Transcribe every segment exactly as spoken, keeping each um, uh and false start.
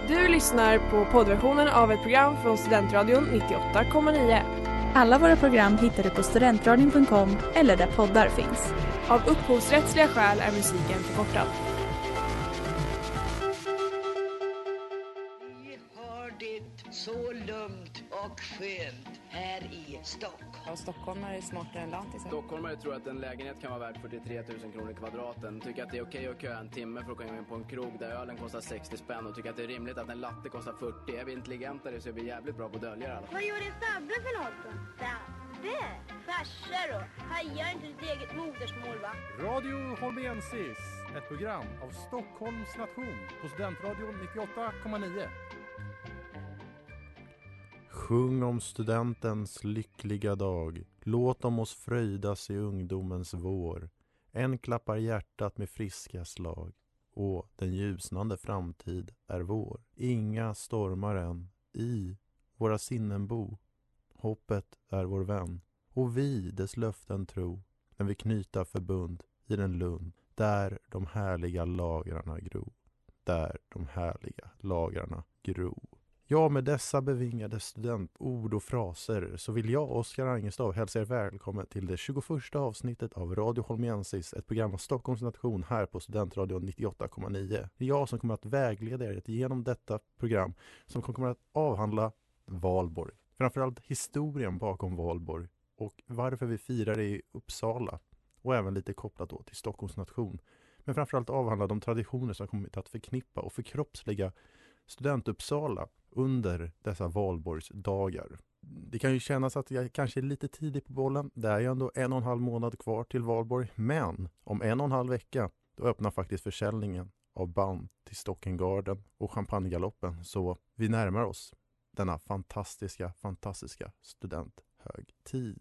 Du lyssnar på poddversionen av ett program från Studentradion nittioåtta komma nio. Alla våra program hittar du på studentradion punkt com eller där poddar finns. Av upphovsrättsliga skäl är musiken förkortad. Vi har det så lugnt och skönt här i Stockholm. Ja, stockholmare är smartare än lantisar. Stockholmare tror att en lägenhet kan vara värd fyrtiotre tusen kronor kvadraten. Tycker att det är okej att köa en timme för att komma in på en krog där ölen kostar sextio spänn. Och tycker att det är rimligt att en latte kostar fyrtio. Är vi intelligentare så är vi jävligt bra på att dölja det. Vad gör din Fabbe för något då? Fabbe? Farsa då? Hajar inte ditt eget modersmål va? Radio Holmiensis, ett program av Stockholms nation på Studentradion nittioåtta komma nio. Sjung om studentens lyckliga dag. Låt om oss fröjdas i ungdomens vår. En klappar hjärtat med friska slag. Och den ljusnande framtid är vår. Inga stormar än i våra sinnen bo. Hoppet är vår vän. Och vi dess löften tro. När vi knyta förbund i den lund. Där de härliga lagrarna gro. Där de härliga lagrarna gro. Ja, med dessa bevingade studentord och fraser så vill jag, Oskar Angestav, hälsa er välkommen till det tjugoförsta avsnittet av Radio Holmiensis, ett program av Stockholms nation här på Studentradion nittioåtta komma nio. Det är jag som kommer att vägleda er genom detta program som kommer att avhandla Valborg. Framförallt historien bakom Valborg och varför vi firar det i Uppsala och även lite kopplat då till Stockholms nation. Men framförallt avhandla de traditioner som kommit att förknippa och förkroppsliga Studentuppsala under dessa valborgsdagar. Det kan ju kännas att jag kanske är lite tidig på bollen. Det är ju ändå en och en halv månad kvar till valborg. Men om en och en halv vecka då öppnar faktiskt försäljningen av band till Stockengarden och Champagnegaloppen. Så vi närmar oss denna fantastiska, fantastiska studenthögtid.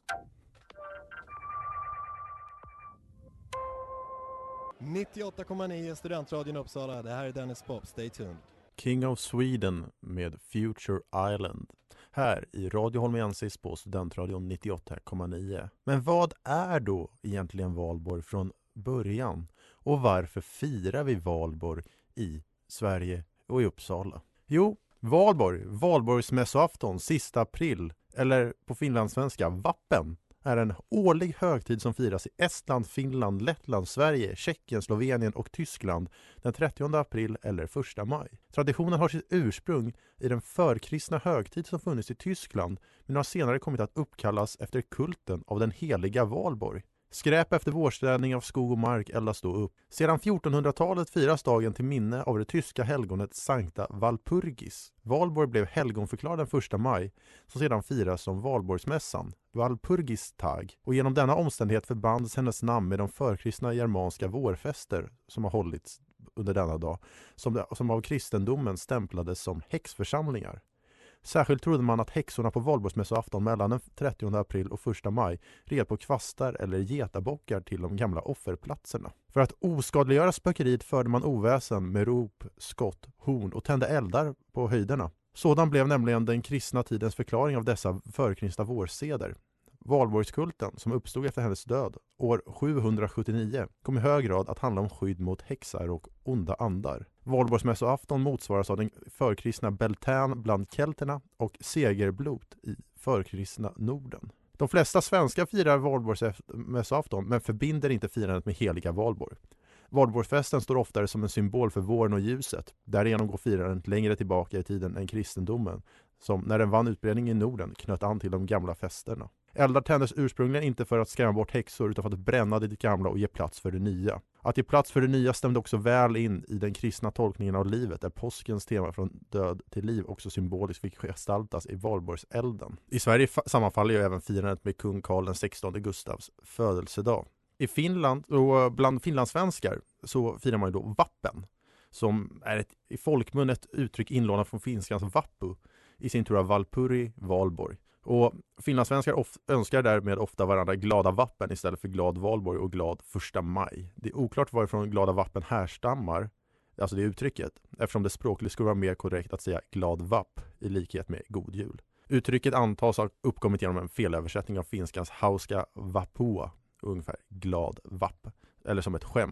nittioåtta komma nio Studentradion Uppsala. Det här är Dennis Pop. Stay tuned. King of Sweden med Future Island. Här i Radio Holmiensis på Studentradion nittioåtta komma nio. Men vad är då egentligen Valborg från början? Och varför firar vi Valborg i Sverige och i Uppsala? Jo, Valborg, Valborgsmässoafton, sista april, eller på finlandssvenska, Vappen, är en årlig högtid som firas i Estland, Finland, Lettland, Sverige, Tjeckien, Slovenien och Tyskland den trettionde april eller första maj. Traditionen har sitt ursprung i den förkristna högtid som funnits i Tyskland men har senare kommit att uppkallas efter kulten av den heliga Valborg. Skräp efter vårstädning av skog och mark eldas då upp. Sedan fjortonhundratalet firas dagen till minne av det tyska helgonet Sankta Walpurgis. Valborg blev helgonförklarad den första maj, som sedan firas som Valborgsmässan, Walpurgistag. Och genom denna omständighet förbands hennes namn med de förkristna germanska vårfester som har hållits under denna dag, som, som av kristendomen stämplades som häxförsamlingar. Särskilt trodde man att häxorna på Valborgsmässoafton mellan den trettionde april och första maj red på kvastar eller getabockar till de gamla offerplatserna. För att oskadliggöra spökeriet förde man oväsen med rop, skott, horn och tände eldar på höjderna. Sådan blev nämligen den kristna tidens förklaring av dessa förkristna vårseder. Valborgskulten, som uppstod efter hennes död år sjuhundrasjuttionio, kom i hög grad att handla om skydd mot häxar och onda andar. Valborgsmässoafton motsvaras av den förkristna Beltän bland kelterna och segerblot i förkristna Norden. De flesta svenskar firar Valborgsmässoafton men förbinder inte firandet med heliga Valborg. Valborgsfesten står oftare som en symbol för våren och ljuset. Därigenom går firandet längre tillbaka i tiden än kristendomen, som när den vann utbredning i Norden knöt an till de gamla festerna. Eldar tändes ursprungligen inte för att skrämma bort häxor utan för att bränna det gamla och ge plats för det nya. Att ge plats för det nya stämde också väl in i den kristna tolkningen av livet, där påskens tema från död till liv också symboliskt fick gestaltas i Valborgselden. I Sverige sammanfaller ju även firandet med kung Karl den sextonde Gustavs födelsedag. I Finland och bland finlandssvenskar så firar man ju då Vappen, som är ett, i folkmun ett uttryck inlånat från finskans vappu, i sin tur av Valpuri, Valborg. Och finlandssvenskar of- önskar därmed ofta varandra glada Vappen istället för glad Valborg och glad första maj. Det är oklart varifrån glada Vappen härstammar, alltså det uttrycket, eftersom det språkligt skulle vara mer korrekt att säga glad vapp i likhet med god jul. Uttrycket antas ha uppkommit genom en felöversättning av finskans hauska vapua, ungefär glad vapp, eller som ett skämt.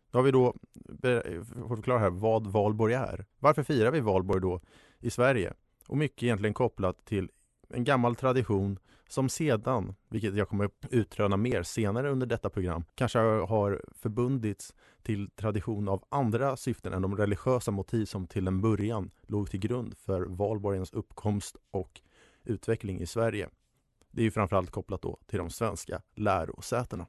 Då har vi då fått förklara här vad valborg är. Varför firar vi valborg då i Sverige? Och mycket egentligen kopplat till en gammal tradition som sedan, vilket jag kommer att utröna mer senare under detta program, kanske har förbundits till tradition av andra syften än de religiösa motiv som till en början låg till grund för valborgens uppkomst och utveckling i Sverige. Det är ju framförallt kopplat då till de svenska lärosätena.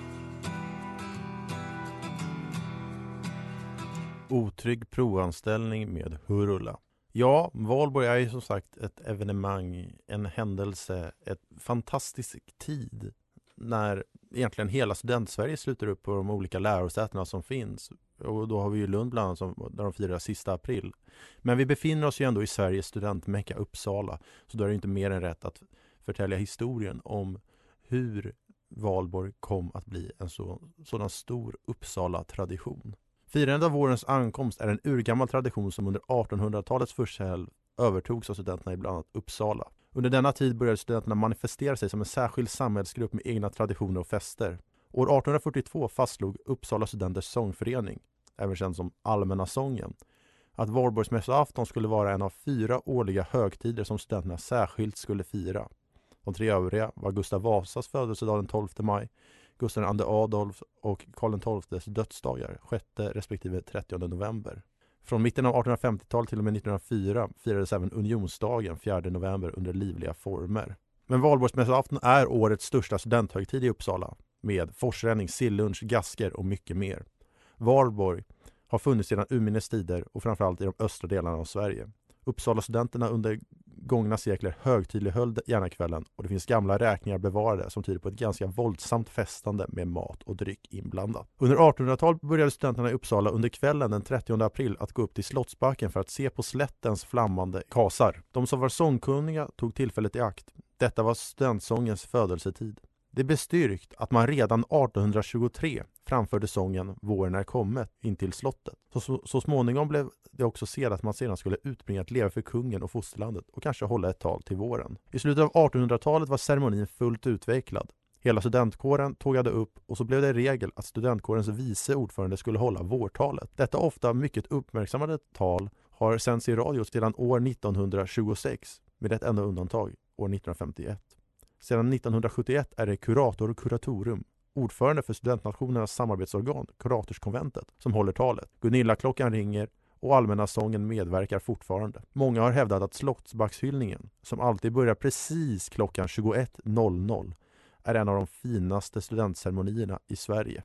Otrygg provanställning med hurula. Ja, valborg är ju som sagt ett evenemang, en händelse, ett fantastisk tid när egentligen hela Studentsverige sluter upp på de olika lärosätena som finns. Och då har vi ju Lund bland annat som, där de firar sista april. Men vi befinner oss ju ändå i Sveriges studentmecka Uppsala, så då är det inte mer än rätt att förtälja historien om hur valborg kom att bli en så, sådan stor Uppsala-tradition. Firandet av vårens ankomst är en urgammal tradition som under artonhundratalets första hälft övertogs av studenterna i bland annat Uppsala. Under denna tid började studenterna manifestera sig som en särskild samhällsgrupp med egna traditioner och fester. År arton fyrtiotvå fastslog Uppsala studenters sångförening, även känd som Allmänna sången, att valborgsmässoafton skulle vara en av fyra årliga högtider som studenterna särskilt skulle fira. De tre övriga var Gustav Vasas födelsedag den tolfte maj, Gustav den andre Adolf och Karl den tolftes dödsdagar, sjätte respektive trettionde november. Från mitten av artonhundrafemtiotalet till och med nittonhundrafyra firades även unionsdagen fjärde november under livliga former. Men valborgsmässoafton är årets största studenthögtid i Uppsala, med forsränning, sillunch, gasker och mycket mer. Valborg har funnits sedan urminnes tider och framförallt i de östra delarna av Sverige. Uppsala-studenterna under gångna sekler högtidlighöll gärna kvällen, och det finns gamla räkningar bevarade som tyder på ett ganska våldsamt festande med mat och dryck inblandat. Under artonhundratalet började studenterna i Uppsala under kvällen den trettionde april att gå upp till Slottsbacken för att se på slättens flammande kasar. De som var sångkunniga tog tillfället i akt. Detta var studentsångens födelsetid. Det är bestyrkt att man redan artonhundratjugotre framförde sången Våren är kommet in till slottet. Så, så, så småningom blev det också sed att man sedan skulle utbringa ett leva för kungen och fosterlandet och kanske hålla ett tal till våren. I slutet av artonhundratalet var ceremonin fullt utvecklad. Hela studentkåren tågade upp och så blev det regel att studentkårens vice ordförande skulle hålla vårtalet. Detta ofta mycket uppmärksammade tal har sänds i radio sedan år nittonhundratjugosex med ett enda undantag, år nittonhundrafemtioett. Sedan nittonhundrasjuttioett är det kurator och kuratorum, ordförande för studentnationernas samarbetsorgan, kuratorskonventet, som håller talet. Gunilla-klockan ringer och Allmänna sången medverkar fortfarande. Många har hävdat att Slottsbackshyllningen, som alltid börjar precis klockan tjugoett noll noll, är en av de finaste studentceremonierna i Sverige.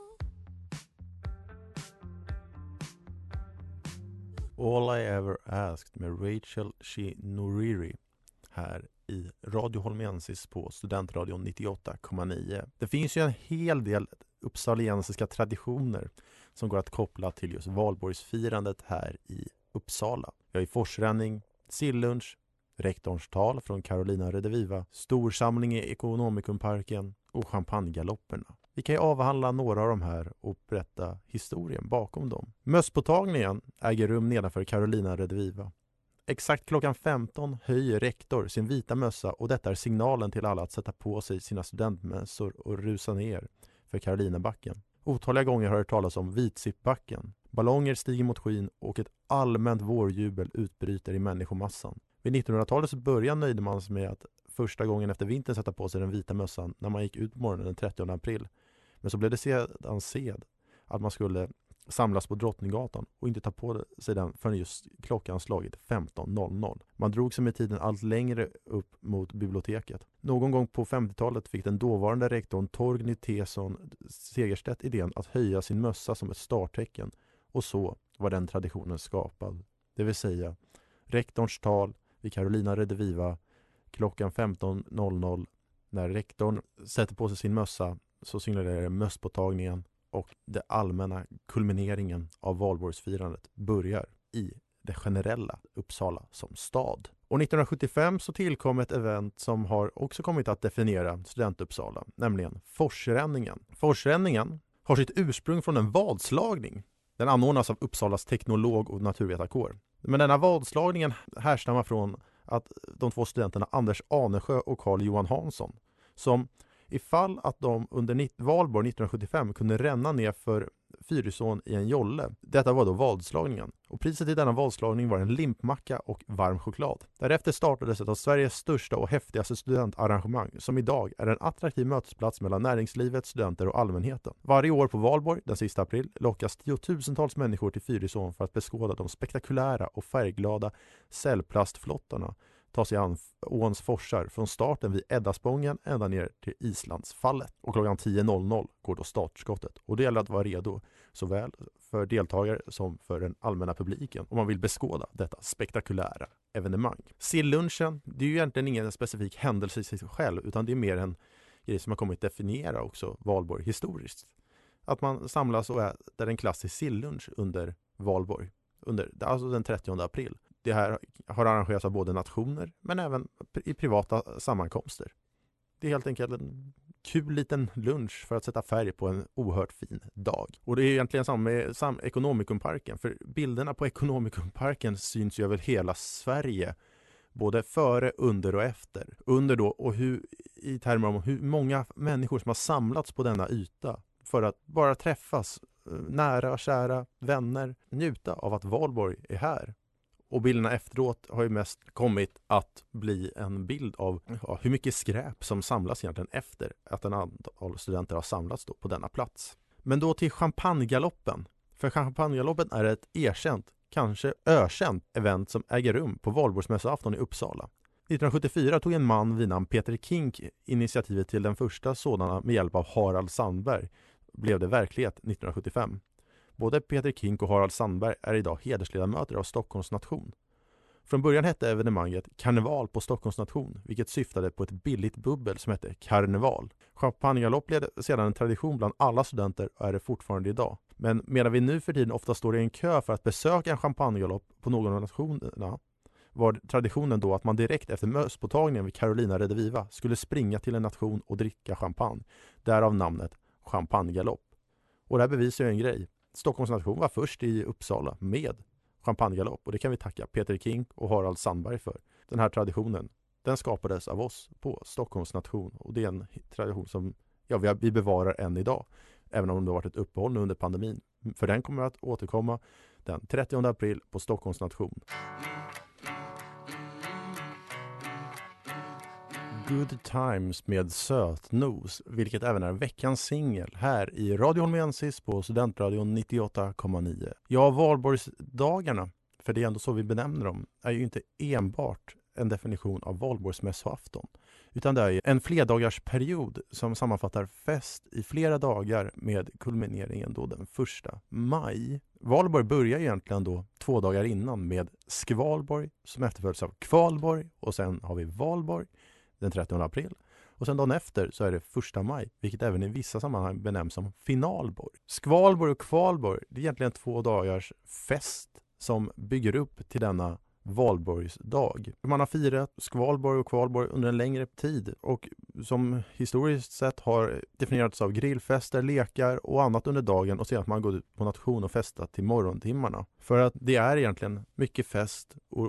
All I Ever Asked med Rachel Shinuriri här i Radio Holmensis på Studentradion nittioåtta komma nio. Det finns ju en hel del uppsaliensiska traditioner som går att koppla till just valborgsfirandet här i Uppsala. Vi har ju forsränning, sillunch, rektorns tal från Carolina Rediviva, storsamling i Ekonomikumparken och champagnegalopperna. Vi kan ju avhandla några av de här och berätta historien bakom dem. Mösspåtagningen äger rum nedanför Carolina Rediviva. Exakt klockan femton höjer rektor sin vita mössa och detta är signalen till alla att sätta på sig sina studentmössor och rusa ner för Karolinabacken. Otaliga gånger har det talats om Vitsippbacken. Ballonger stiger mot skyn och ett allmänt vårjubel utbryter i människomassan. Vid nittonhundratalets början nöjde man sig med att första gången efter vintern sätta på sig den vita mössan när man gick ut på morgonen den trettionde april. Men så blev det sedan sed att man skulle samlas på Drottninggatan och inte ta på sig den förrän just klockan slagit femton noll noll. Man drog sig med tiden allt längre upp mot biblioteket. Någon gång på femtiotalet fick den dåvarande rektorn Torgny Tesson Segerstedt idén att höja sin mössa som ett starttecken, och så var den traditionen skapad. Det vill säga rektorns tal vid Carolina Rediviva klockan femton noll noll. När rektorn sätter på sig sin mössa så signalerar mösspåtagningen och det allmänna kulmineringen av valborgsfirandet börjar i det generella Uppsala som stad. År nittonhundrasjuttiofem så tillkom ett event som har också kommit att definiera studentuppsala, nämligen forsränningen. Forsränningen har sitt ursprung från en vadslagning. Den anordnas av Uppsalas teknolog- och naturvetarkår. Men denna vadslagningen härstammar från att de två studenterna Anders Anesjö och Carl Johan Hansson, som ifall att de under valborg nittonhundrasjuttiofem kunde ränna ner för Fyrisån i en jolle. Detta var då vadslagningen. Och priset i denna vadslagning var en limpmacka och varm choklad. Därefter startades ett av Sveriges största och häftigaste studentarrangemang som idag är en attraktiv mötesplats mellan näringslivet, studenter och allmänheten. Varje år på Valborg, den sista april, lockas tiotusentals människor till Fyrisån för att beskåda de spektakulära och färgglada cellplastflottarna ta sig an åns forsar från starten vid Eddaspången ända ner till Islandsfallet. Och klockan tio går då startskottet. Och det gäller att vara redo såväl för deltagare som för den allmänna publiken om man vill beskåda detta spektakulära evenemang. Sillunchen, det är ju egentligen ingen specifik händelse i sig själv, utan det är mer en grej som har kommit definiera också Valborg historiskt. Att man samlas och äter en klassisk sillunch under Valborg, under, alltså den trettionde april. Det här har arrangerats av både nationer men även i privata sammankomster. Det är helt enkelt en kul liten lunch för att sätta färg på en oerhört fin dag. Och det är egentligen samma med sam- Ekonomikumparken. För bilderna på Ekonomikumparken syns ju över hela Sverige. Både före, under och efter. Under då och hur, i termer om hur många människor som har samlats på denna yta. För att bara träffas, nära, kära, vänner. Njuta av att Valborg är här. Och bilderna efteråt har ju mest kommit att bli en bild av ja, hur mycket skräp som samlas egentligen efter att en antal studenter har samlats då på denna plats. Men då till champagnegaloppen. För champagnegaloppen är ett erkänt, kanske ökänt event som äger rum på Valborgsmässoafton i Uppsala. nittonhundrasjuttiofyra tog en man vid namn Peter Kink initiativet till den första sådana med hjälp av Harald Sandberg. Blev det verklighet nittonhundrasjuttiofem. Både Peter Kink och Harald Sandberg är idag hedersledamöter av Stockholms nation. Från början hette evenemanget Karneval på Stockholms nation, vilket syftade på ett billigt bubbel som hette Karneval. Champagnegalopp blev sedan en tradition bland alla studenter och är det fortfarande idag. Men medan vi nu för tiden ofta står i en kö för att besöka en champagnegalopp på någon av nationerna, var traditionen då att man direkt efter möspåtagningen vid Carolina Rediviva skulle springa till en nation och dricka champagne. Därav namnet champagnegalopp. Och det här bevisar ju en grej. Stockholms nation var först i Uppsala med champagnegalopp och det kan vi tacka Peter Kink och Harald Sandberg för. Den här traditionen, den skapades av oss på Stockholms nation och det är en tradition som ja, vi, vi bevarar än idag. Även om det har varit ett uppehåll nu under pandemin. För den kommer att återkomma den trettionde april på Stockholms nation. Good Times med Sötnos, vilket även är veckans singel här i Radio Holmensis på Studentradion nittioåtta komma nio. Ja, Valborgsdagarna, för det är ändå så vi benämner dem, är ju inte enbart en definition av Valborgsmässoafton, utan det är en flerdagars period som sammanfattar fest i flera dagar med kulmineringen då den första maj. Valborg börjar egentligen då två dagar innan med Skvalborg som efterföljs av Kvalborg och sen har vi Valborg den trettionde april. Och sen dagen efter så är det första maj, vilket även i vissa sammanhang benämns som finalborg. Skvalborg och Kvalborg, det är egentligen två dagars fest som bygger upp till denna Valborgsdag. Man har firat Skvalborg och Kvalborg under en längre tid och som historiskt sett har definierats av grillfester, lekar och annat under dagen och sedan att man går ut på nation och festat till morgontimmarna. För att det är egentligen mycket fest och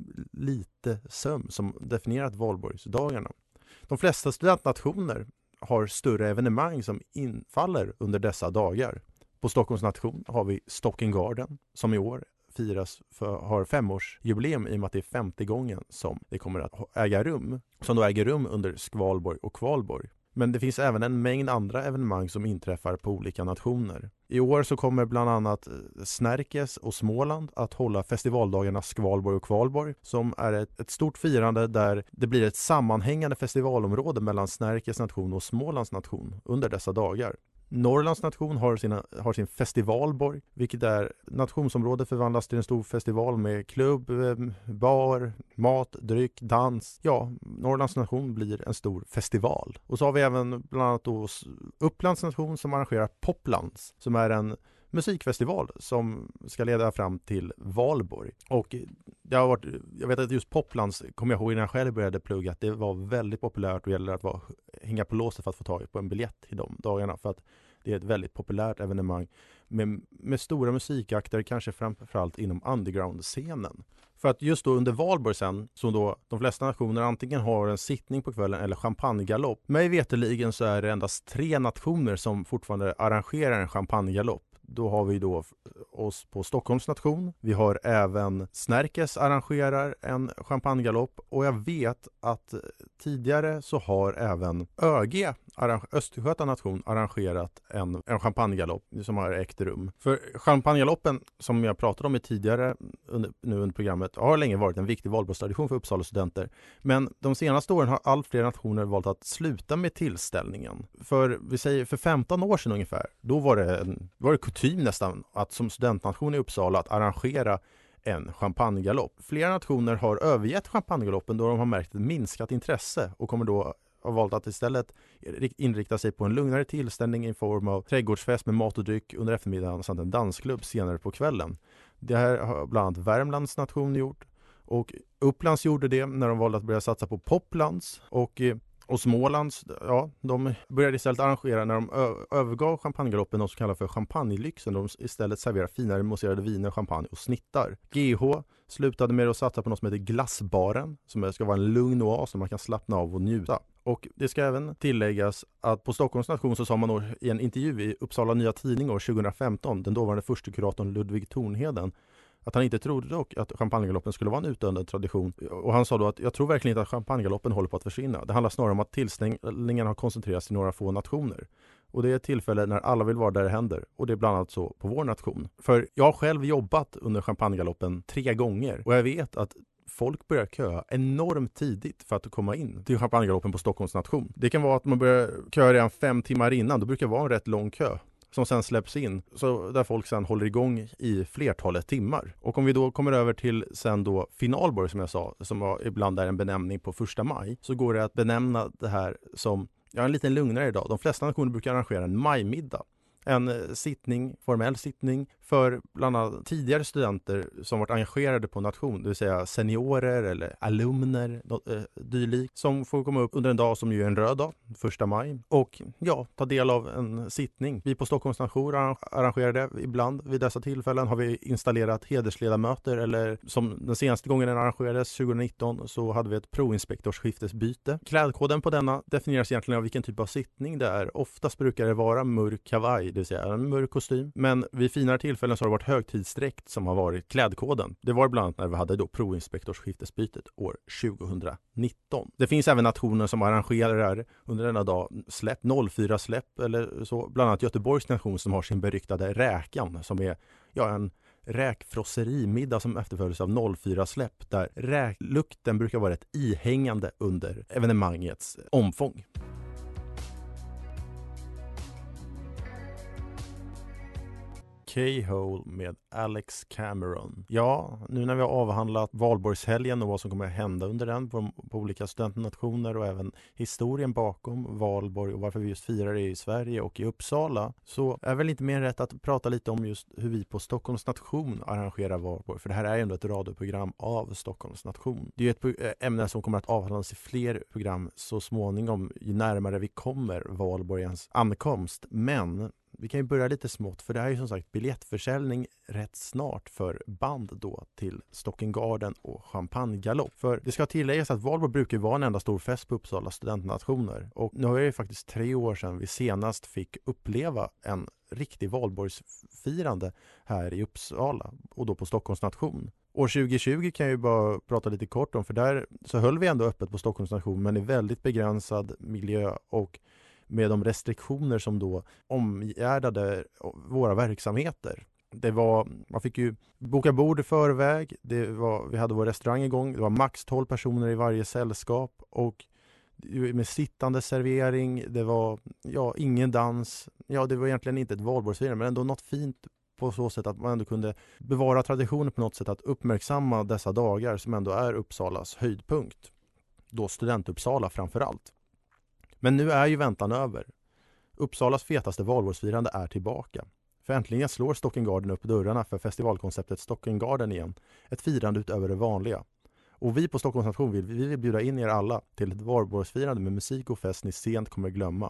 lite sömn som definierat Valborgsdagarna. De flesta studentnationer har större evenemang som infaller under dessa dagar. På Stockholms nation har vi Stocking Garden som i år firas för, har femårsjubileum i och med att det är femte gången som det kommer att äga rum. Som då äger rum under Skvalborg och Kvalborg. Men det finns även en mängd andra evenemang som inträffar på olika nationer. I år så kommer bland annat Snärkes och Småland att hålla festivaldagarna Skvalborg och Kvalborg som är ett, ett stort firande där det blir ett sammanhängande festivalområde mellan Snärkes nation och Smålands nation under dessa dagar. Norrlands nation har, sina, har sin festivalborg, vilket är nationsområde förvandlas till en stor festival med klubb, bar, mat, dryck, dans. Ja, Norrlands nation blir en stor festival. Och så har vi även bland annat då Upplands nation som arrangerar Poplands, som är en musikfestival som ska leda fram till Valborg. Och jag, har varit, jag vet att just Poplands kommer jag ihåg när jag själv började plugga att det var väldigt populärt och gäller att vara, hänga på låset för att få tag på en biljett i de dagarna för att det är ett väldigt populärt evenemang med, med stora musikakter, kanske framförallt inom underground-scenen. För att just då under Valborg sen, så då de flesta nationer antingen har en sittning på kvällen eller champagnegalopp. Mig veterligen så är det endast tre nationer som fortfarande arrangerar en champagnegalopp. Då har vi då oss på Stockholms nation. Vi har även Snärkes arrangerar en champagnegalopp och jag vet att tidigare så har även ÖG, Östergöta nation, arrangerat en, en champagnegalopp som har ägt rum. För champagnegaloppen som jag pratade om i tidigare under, nu under programmet har länge varit en viktig valborgstradition för Uppsala studenter. Men de senaste åren har allt fler nationer valt att sluta med tillställningen. För vi säger för femton år sedan ungefär, då var det, en, var det kutym nästan att som studentnation i Uppsala att arrangera en champagnegalopp. Flera nationer har övergett champagnegaloppen då de har märkt ett minskat intresse och kommer då har valt att istället inrikta sig på en lugnare tillställning i form av trädgårdsfest med mat och dryck under eftermiddagen samt en dansklubb senare på kvällen. Det här har bland annat Värmlands nation gjort och Upplands gjorde det när de valde att börja satsa på Poplands och Och Smålands, ja, de började istället arrangera när de ö- övergav champagnegaloppen något som kallas för champagnelyxen. De istället serverar finare mousserade viner, champagne och snittar. G H slutade med att satsa på något som heter glassbaren, som ska vara en lugn oas som man kan slappna av och njuta. Och det ska även tilläggas att på Stockholms nation så sa man i en intervju i Uppsala Nya Tidning år tjugohundrafemton, den dåvarande första kuratorn Ludvig Tornheden, att han inte trodde dock att champagnegaloppen skulle vara en utdöende tradition. Och han sa då att jag tror verkligen inte att champagnegaloppen håller på att försvinna. Det handlar snarare om att tillställningen har koncentrerats till några få nationer. Och det är ett tillfälle när alla vill vara där det händer. Och det är bland annat så på vår nation. För jag har själv jobbat under champagnegaloppen tre gånger. Och jag vet att folk börjar köa enormt tidigt för att komma in till champagnegaloppen på Stockholms nation. Det kan vara att man börjar köa redan fem timmar innan. Då brukar det vara en rätt lång kö som sen släpps in, så där folk sen håller igång i flertalet timmar. Och om vi då kommer över till sen då finalborg som jag sa, som var ibland är en benämning på första maj, så går det att benämna det här som, ja, en liten lugnare idag. De flesta nationer brukar arrangera en majmiddag. En sittning, formell sittning för bland annat tidigare studenter som varit engagerade på nation, det vill säga seniorer eller alumner, eh, dylikt, som får komma upp under en dag som ju är en röd dag, första maj, och ja, ta del av en sittning. Vi på Stockholms nation arrangerar det ibland. Vid dessa tillfällen har vi installerat hedersledamöter, eller som den senaste gången den arrangerades tjugonitton så hade vi ett proinspektorsskiftesbyte. Klädkoden på denna definieras egentligen av vilken typ av sittning det är. Oftast brukar det vara mörk kavaj, det vill säga en mörk kostym. Men vid finare tillfällen så har det varit högtidsdräkt som har varit klädkoden. Det var bland annat när vi hade då proinspektorsskiftesbytet år tjugonitton. Det finns även nationer som arrangerar under denna dag släpp, noll fyra släpp eller så. Bland annat Göteborgs nation som har sin beryktade räkan som är ja, en räkfrosserimiddag som efterföljs av noll fyra släpp där räklukten brukar vara ett ihängande under evenemangets omfång. K-Hole med Alex Cameron. Ja, nu när vi har avhandlat valborgshelgen och vad som kommer att hända under den på, på olika studentnationer och även historien bakom valborg och varför vi just firar det i Sverige och i Uppsala, så är väl inte mer rätt att prata lite om just hur vi på Stockholms nation arrangerar valborg. För det här är ändå ett radioprogram av Stockholms nation. Det är ett ämne som kommer att avhandlas i fler program så småningom ju närmare vi kommer valborgens ankomst. Men vi kan ju börja lite smått, för det här är ju som sagt biljettförsäljning rätt snart för band då till Stocken Garden och champagnegalopp. För det ska tilläggas att valborg brukar vara en enda stor fest på Uppsala studentnationer. Och nu är det faktiskt tre år sedan vi senast fick uppleva en riktig valborgsfirande här i Uppsala och då på Stockholms nation. År tjugo tjugo kan jag ju bara prata lite kort om, för där så höll vi ändå öppet på Stockholms nation men i väldigt begränsad miljö och med de restriktioner som då omgärdade våra verksamheter. Det var, man fick ju boka bord i förväg, det var, vi hade vår restaurang igång, det var max tolv personer i varje sällskap och med sittande servering, det var ja, ingen dans, ja det var egentligen inte ett valborgsfirande men ändå något fint på så sätt att man ändå kunde bevara traditionen på något sätt att uppmärksamma dessa dagar som ändå är Uppsalas höjdpunkt. Då Studentuppsala framför allt. Men nu är ju väntan över. Uppsalas fetaste valborgsfirande är tillbaka. För äntligen slår Stocken Garden upp dörrarna för festivalkonceptet Stocken Garden igen. Ett firande utöver det vanliga. Och vi på Stockholms nation vill, vi vill bjuda in er alla till ett valborgsfirande med musik och fest ni sent kommer glömma.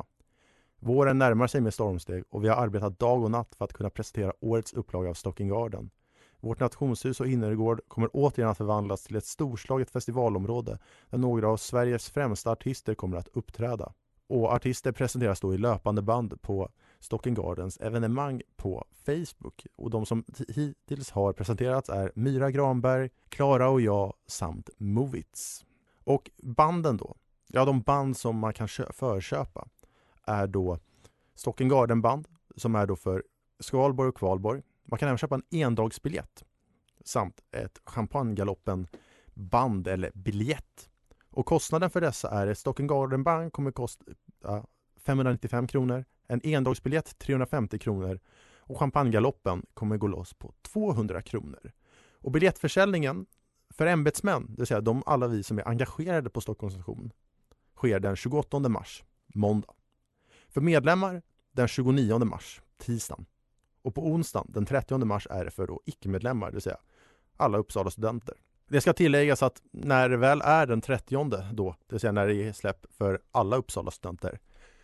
Våren närmar sig med stormsteg och vi har arbetat dag och natt för att kunna presentera årets upplaga av Stocken Garden. Vårt nationshus och innergård kommer återigen att förvandlas till ett storslaget festivalområde där några av Sveriges främsta artister kommer att uppträda. Och artister presenteras då i löpande band på Stocken Gardens evenemang på Facebook. Och de som t- hittills har presenterats är Myra Granberg, Klara och jag samt Movits. Och banden då, ja de band som man kan kö- förköpa är då Stocken Garden band som är då för Skalborg och Kvalborg. Man kan även köpa en endagsbiljett samt ett Champagnegaloppen band eller biljett. Och kostnaden för dessa är ett Stocken Garden band kommer kosta femhundranittiofem kronor, en endagsbiljett trehundrafemtio kronor och Champagnegaloppen kommer gå loss på tvåhundra kronor. Och biljettförsäljningen för ämbetsmän, det vill säga de alla vi som är engagerade på Stockholms station, sker den tjugoåttonde mars, måndag. För medlemmar den tjugonionde mars, tisdagen. Och på onsdagen den trettionde mars är det för då icke-medlemmar, det vill säga alla Uppsala studenter. Det ska tilläggas att när det väl är den trettionde då, det vill säga när det är släpp för alla Uppsala studenter,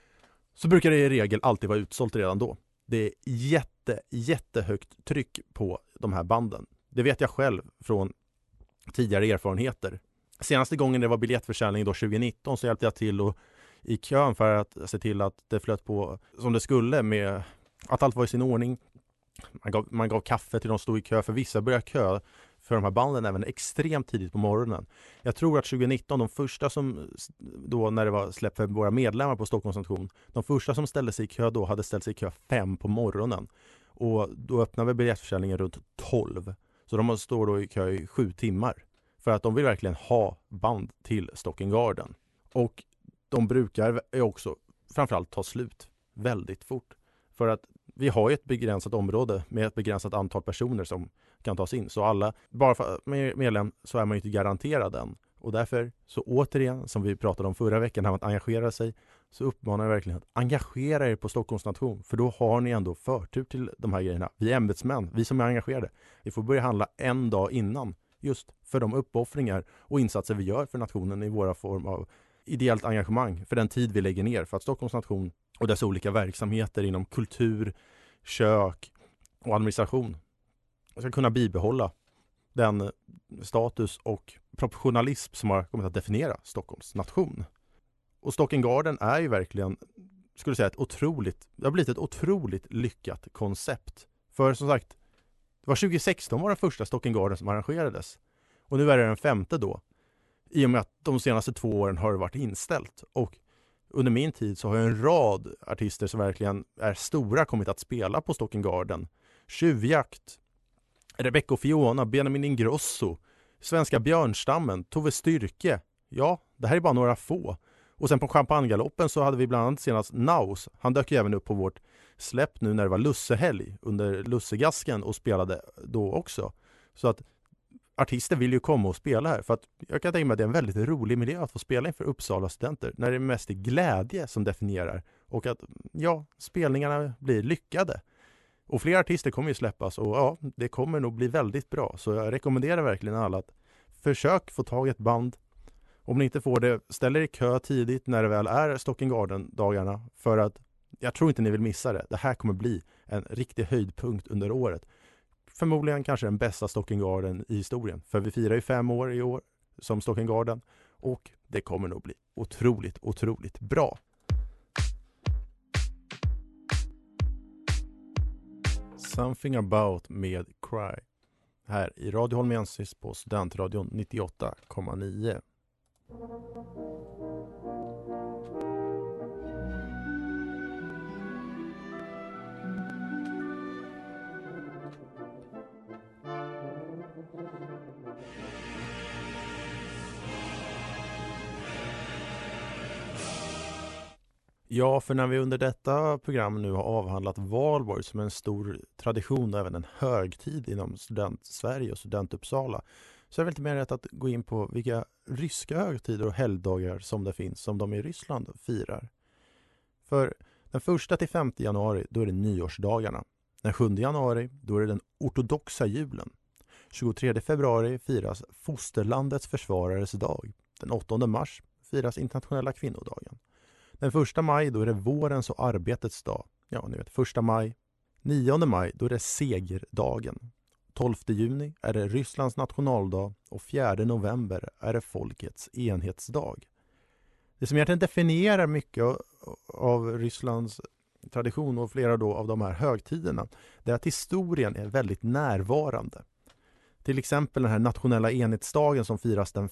så brukar det i regel alltid vara utsålt redan då. Det är jätte, jättehögt tryck på de här banden. Det vet jag själv från tidigare erfarenheter. Senaste gången det var biljettförsäljning då tjugonitton så hjälpte jag till och i kön för att se till att det flöt på som det skulle med att allt var i sin ordning. Man gav, man gav kaffe till de stod i kö, för vissa började kö för de här banden även extremt tidigt på morgonen. Jag tror att tjugonitton, de första som då när det var släpp för våra medlemmar på Stockholms station, de första som ställde sig i kö då hade ställt sig i kö fem på morgonen. Och då öppnade vi biljettförsäljningen runt tolv. Så de står då i kö i sju timmar. För att de vill verkligen ha band till Stocken Garden. Och de brukar också framförallt ta slut väldigt fort. För att vi har ju ett begränsat område med ett begränsat antal personer som kan tas in. Så alla, bara för medlem så är man ju inte garanterad den. Och därför, så återigen, som vi pratade om förra veckan, här att engagera sig, så uppmanar jag verkligen att engagera er på Stockholms nation. För då har ni ändå förtur till de här grejerna. Vi ämbetsmän, vi som är engagerade, vi får börja handla en dag innan. Just för de uppoffringar och insatser vi gör för nationen i våra form av ideellt engagemang. För den tid vi lägger ner för att Stockholms nation och dess olika verksamheter inom kultur, kök och administration ska kunna bibehålla den status och professionalism som har kommit att definiera Stockholms nation. Och Stocken Garden är ju verkligen, skulle jag säga, ett otroligt, det har blivit ett otroligt lyckat koncept. För som sagt, det var tjugohundrasexton var den första Stocken Garden som arrangerades. Och nu är det den femte då. I och med att de senaste två åren har det varit inställt. Och under min tid så har en rad artister som verkligen är stora kommit att spela på Stocken Garden. Tjuvjakt, Rebecca och Fiona, Benjamin Ingrosso, Svenska Björnstammen, Tove Styrke. Ja, det här är bara några få. Och sen på Champagnegaloppen så hade vi bland annat senast Naus. Han dök ju även upp på vårt släpp nu när det var Lussehelg under Lussegasken och spelade då också. Så att artister vill ju komma och spela här. För att jag kan tänka mig att det är en väldigt rolig miljö att få spela inför Uppsala studenter. När det är mest glädje som definierar. Och att ja, spelningarna blir lyckade. Och fler artister kommer ju släppas och ja, det kommer nog bli väldigt bra. Så jag rekommenderar verkligen alla att försök få tag i ett band. Om ni inte får det, ställ er i kö tidigt när det väl är Stocken Garden-dagarna. För att jag tror inte ni vill missa det. Det här kommer bli en riktig höjdpunkt under året. Förmodligen kanske den bästa Stocken Garden i historien. För vi firar ju fem år i år som Stocken Garden. Och det kommer nog bli otroligt, otroligt bra. Something About med Cry. Här i Radio Holmensis på Studentradion nittioåtta komma nio. Ja, för när vi under detta program nu har avhandlat valborg som en stor tradition och även en högtid inom student-Sverige och student-Uppsala, så är det väl inte mer rätt att gå in på vilka ryska högtider och helgdagar som det finns som de i Ryssland firar. För den första till femte januari då är det nyårsdagarna. Den sjunde januari då är det den ortodoxa julen. tjugotredje februari firas fosterlandets försvarares dag. Den åttonde mars firas internationella kvinnodagen. Den första maj då är det vårens och arbetets dag. Ja, ni vet, första maj. nionde maj då är det segerdagen. tolfte juni är det Rysslands nationaldag och fjärde november är det folkets enhetsdag. Det som egentligen definierar mycket av, av Rysslands tradition och flera då av de här högtiderna, det är att historien är väldigt närvarande. Till exempel den här nationella enhetsdagen som firas den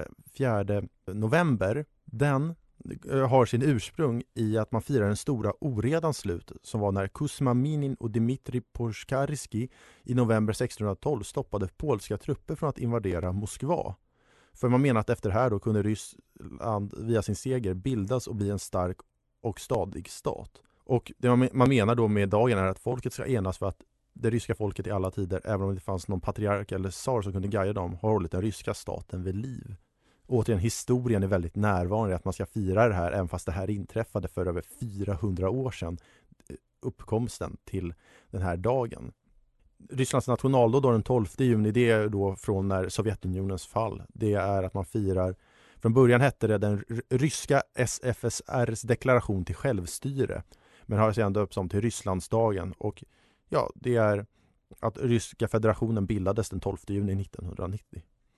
fjärde november, den har sin ursprung i att man firar den stora oredans slut som var när Kuzma Minin och Dmitrij Porskarski i november sextonhundratolv stoppade polska trupper från att invadera Moskva. För man menar att efter det här då kunde Ryssland via sin seger bildas och bli en stark och stadig stat. Och det man menar då med dagen är att folket ska enas för att det ryska folket i alla tider, även om det fanns någon patriark eller tsar som kunde guida dem, har hållit den ryska staten vid liv. Återigen, historien är väldigt närvarande att man ska fira det här, även fast det här inträffade för över fyrahundra år sedan, uppkomsten till den här dagen. Rysslands nationaldag då den tolfte juni, det är då från när Sovjetunionens fall. Det är att man firar, från början hette det den ryska S F S R:s deklaration till självstyre, men har sedan döpts om till Rysslandsdagen. Och ja, det är att Ryska federationen bildades den tolfte juni nittonhundranittio.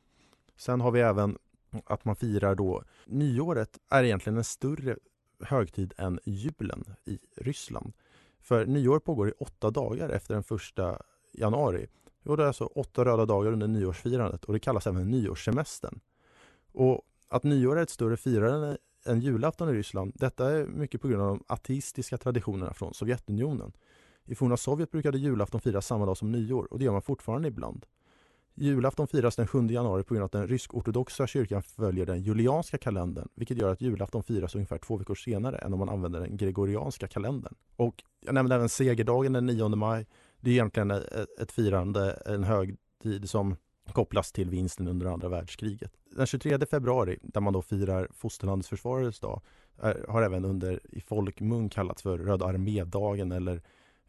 Sen har vi även att man firar då nyåret är egentligen en större högtid än julen i Ryssland. För nyår pågår i åtta dagar efter den första januari. Och det är alltså åtta röda dagar under nyårsfirandet och det kallas även nyårssemestern. Och att nyår är ett större firande än julafton i Ryssland, detta är mycket på grund av de ateistiska traditionerna från Sovjetunionen. I forna Sovjet brukade julafton firas samma dag som nyår och det gör man fortfarande ibland. Julafton firas den sjunde januari på grund av att den rysk-ortodoxa kyrkan följer den julianska kalendern, vilket gör att julafton firas ungefär två veckor senare än om man använder den gregorianska kalendern. Och jag nämnde även segerdagen den nionde maj. Det är egentligen ett firande, en högtid som kopplas till vinsten under andra världskriget. Den tjugotredje februari, där man då firar fosterlandets försvarets dag, är, har även under i folkmun kallats för Röda armédagen eller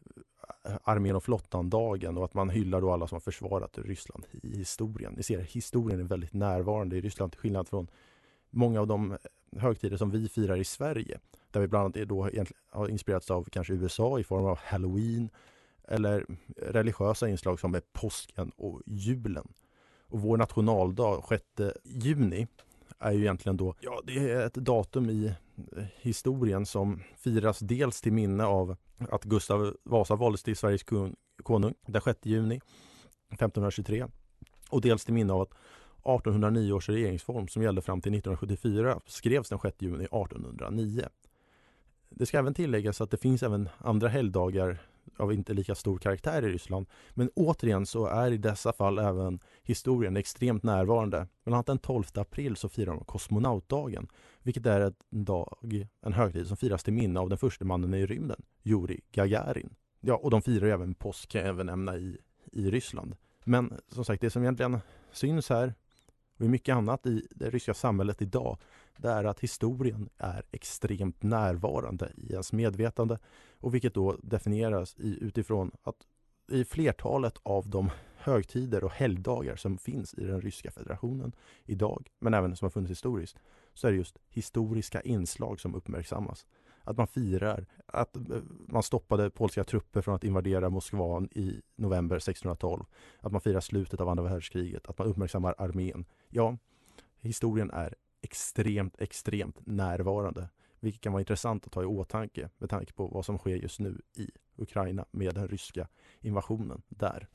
armén och flottan-dagen, och att man hyllar då alla som har försvarat Ryssland i historien. Ni ser, historien är väldigt närvarande i Ryssland till skillnad från många av de högtider som vi firar i Sverige, där vi bland annat är då har inspirerats av kanske U S A i form av Halloween eller religiösa inslag som är påsken och julen. Och vår nationaldag, sjätte juni, är ju egentligen då, ja, det är ett datum i historien som firas dels till minne av att Gustav Vasa valdes till Sveriges konung den sjätte juni femtonhundratjugotre och dels till minne av att artonhundranio års regeringsform som gällde fram till nittonhundrasjuttiofyra skrevs den sjätte juni artonhundranio. Det ska även tilläggas att det finns även andra helgdagar av inte lika stor karaktär i Ryssland, men återigen så är i dessa fall även historien extremt närvarande. Bland annat den tolfte april så firar de kosmonautdagen, vilket är en dag, en högtid som firas till minne av den första mannen i rymden, Yuri Gagarin. Ja, och de firar även påsk, kan jag även nämna, i, i Ryssland. Men som sagt, det som egentligen syns här och mycket annat i det ryska samhället idag, det är att historien är extremt närvarande i ens medvetande, och vilket då definieras i, utifrån att i flertalet av de högtider och helgdagar som finns i den ryska federationen idag, men även som har funnits historiskt, så är det just historiska inslag som uppmärksammas. Att man firar att man stoppade polska trupper från att invadera Moskva i november sextonhundratolv. Att man firar slutet av andra världskriget. Att man uppmärksammar armén. Ja, historien är extremt, extremt närvarande. Vilket kan vara intressant att ta i åtanke med tanke på vad som sker just nu i Ukraina med den ryska invasionen där.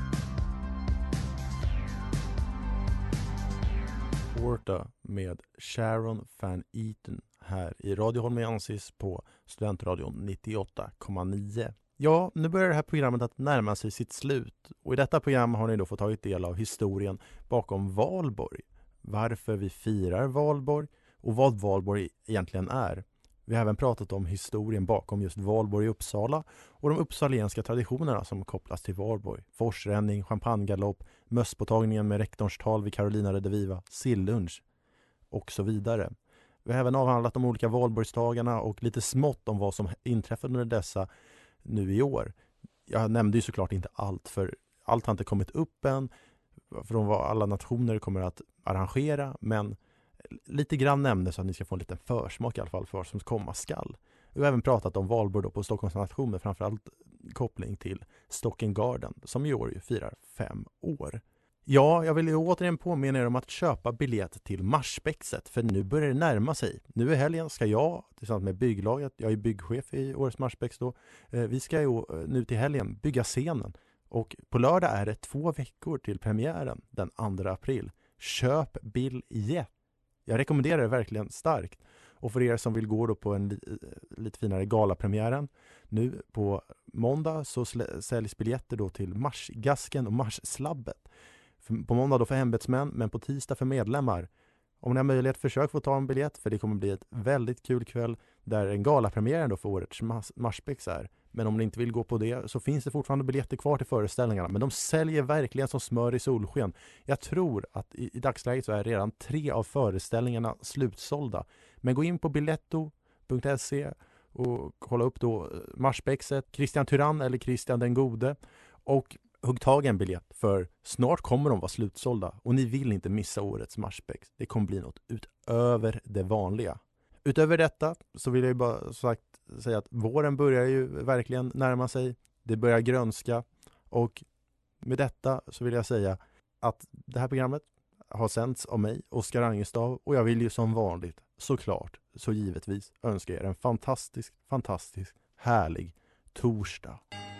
Porta med Sharon Van Eaton här i Radio Holmiansis på Studentradion nittioåtta komma nio. Ja, nu börjar det här programmet att närma sig sitt slut, och i detta program har ni då fått tagit del av historien bakom Valborg, varför vi firar Valborg och vad Valborg egentligen är. Vi har även pratat om historien bakom just Valborg i Uppsala och de uppsalienska traditionerna som kopplas till Valborg. Forsränning, champagnegalopp, mösspåtagningen med rektorns tal vid Carolina Rediviva, sillunch och så vidare. Vi har även avhandlat de olika Valborgsdagarna och lite smått om vad som inträffade under dessa nu i år. Jag nämnde ju såklart inte allt, för allt har inte kommit upp än från vad alla nationer kommer att arrangera, men lite grann nämnde så att ni ska få en liten försmak i alla fall för vad som komma skall. Vi har även pratat om Valborg då på Stockholms nation, med framförallt koppling till Stocken Garden som i år ju firar fem år. Ja, jag vill ju återigen påminna er om att köpa biljett till Marsspexet, för nu börjar det närma sig. Nu i helgen ska jag tillsammans med bygglaget, jag är byggchef i årets Marsspex då, eh, vi ska ju nu till helgen bygga scenen. Och på lördag är det två veckor till premiären den andra april. Köp biljett! Jag rekommenderar det verkligen starkt. Och för er som vill gå då på en li- lite finare galapremiären, nu på måndag så sl- säljs biljetter då till Marsgasken och Marsslabbet. För, på måndag då för hembetsmän, men på tisdag för medlemmar. Om ni har möjlighet, försök få ta en biljett, för det kommer bli ett väldigt kul kväll där en galapremiären då för årets Marsspex är. Men om ni inte vill gå på det så finns det fortfarande biljetter kvar till föreställningarna. Men de säljer verkligen som smör i solsken. Jag tror att i, i dagsläget så är redan tre av föreställningarna slutsålda. Men gå in på biletto punkt se och kolla upp då Marsspexet, Christian Tyrann eller Christian den Gode. Och hugg tag en biljett, för snart kommer de vara slutsålda. Och ni vill inte missa årets Marsspex. Det kommer bli något utöver det vanliga. Utöver detta så vill jag ju bara sagt säga att våren börjar ju verkligen närma sig. Det börjar grönska. Och med detta så vill jag säga att det här programmet har sänds av mig, Oskar Angestav. Och jag vill ju som vanligt, såklart, så givetvis önska er en fantastisk, fantastisk, härlig torsdag.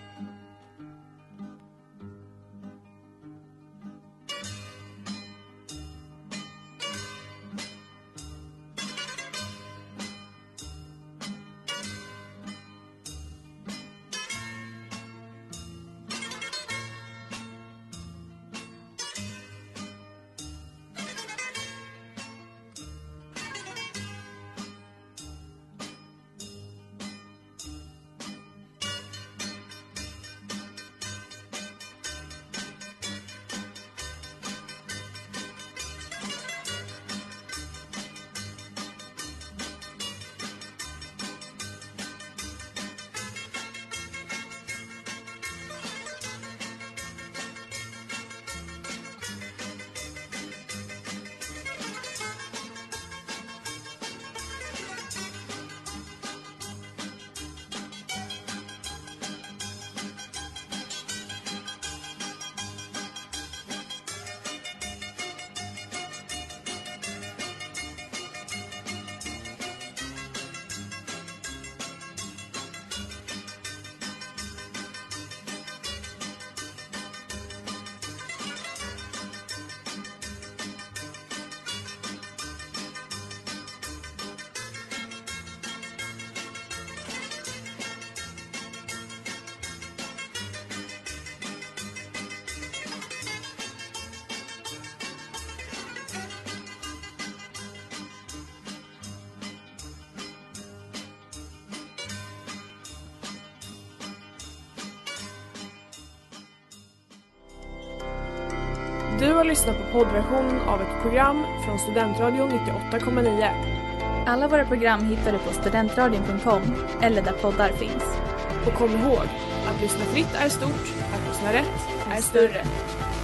Du har lyssnat på poddversion av ett program från Studentradion nittioåtta komma nio. Alla våra program hittar du på studentradion punkt com eller där poddar finns. Och kom ihåg, att lyssna fritt är stort, att lyssna rätt är större.